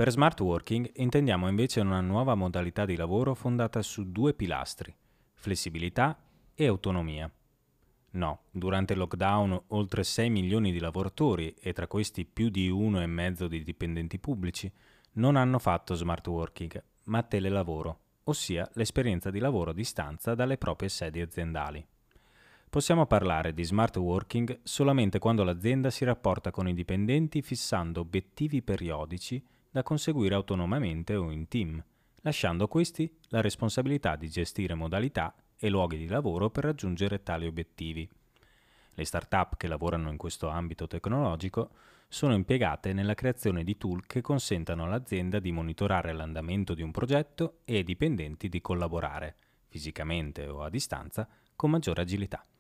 Per smart working intendiamo invece una nuova modalità di lavoro fondata su due pilastri: flessibilità e autonomia. No, durante il lockdown oltre 6 milioni di lavoratori, e tra questi più di 1,5 di dipendenti pubblici, non hanno fatto smart working, ma telelavoro, ossia l'esperienza di lavoro a distanza dalle proprie sedi aziendali. Possiamo parlare di smart working solamente quando l'azienda si rapporta con i dipendenti fissando obiettivi periodici da conseguire autonomamente o in team, lasciando a questi la responsabilità di gestire modalità e luoghi di lavoro per raggiungere tali obiettivi. Le start-up che lavorano in questo ambito tecnologico sono impiegate nella creazione di tool che consentano all'azienda di monitorare l'andamento di un progetto e ai dipendenti di collaborare, fisicamente o a distanza, con maggiore agilità.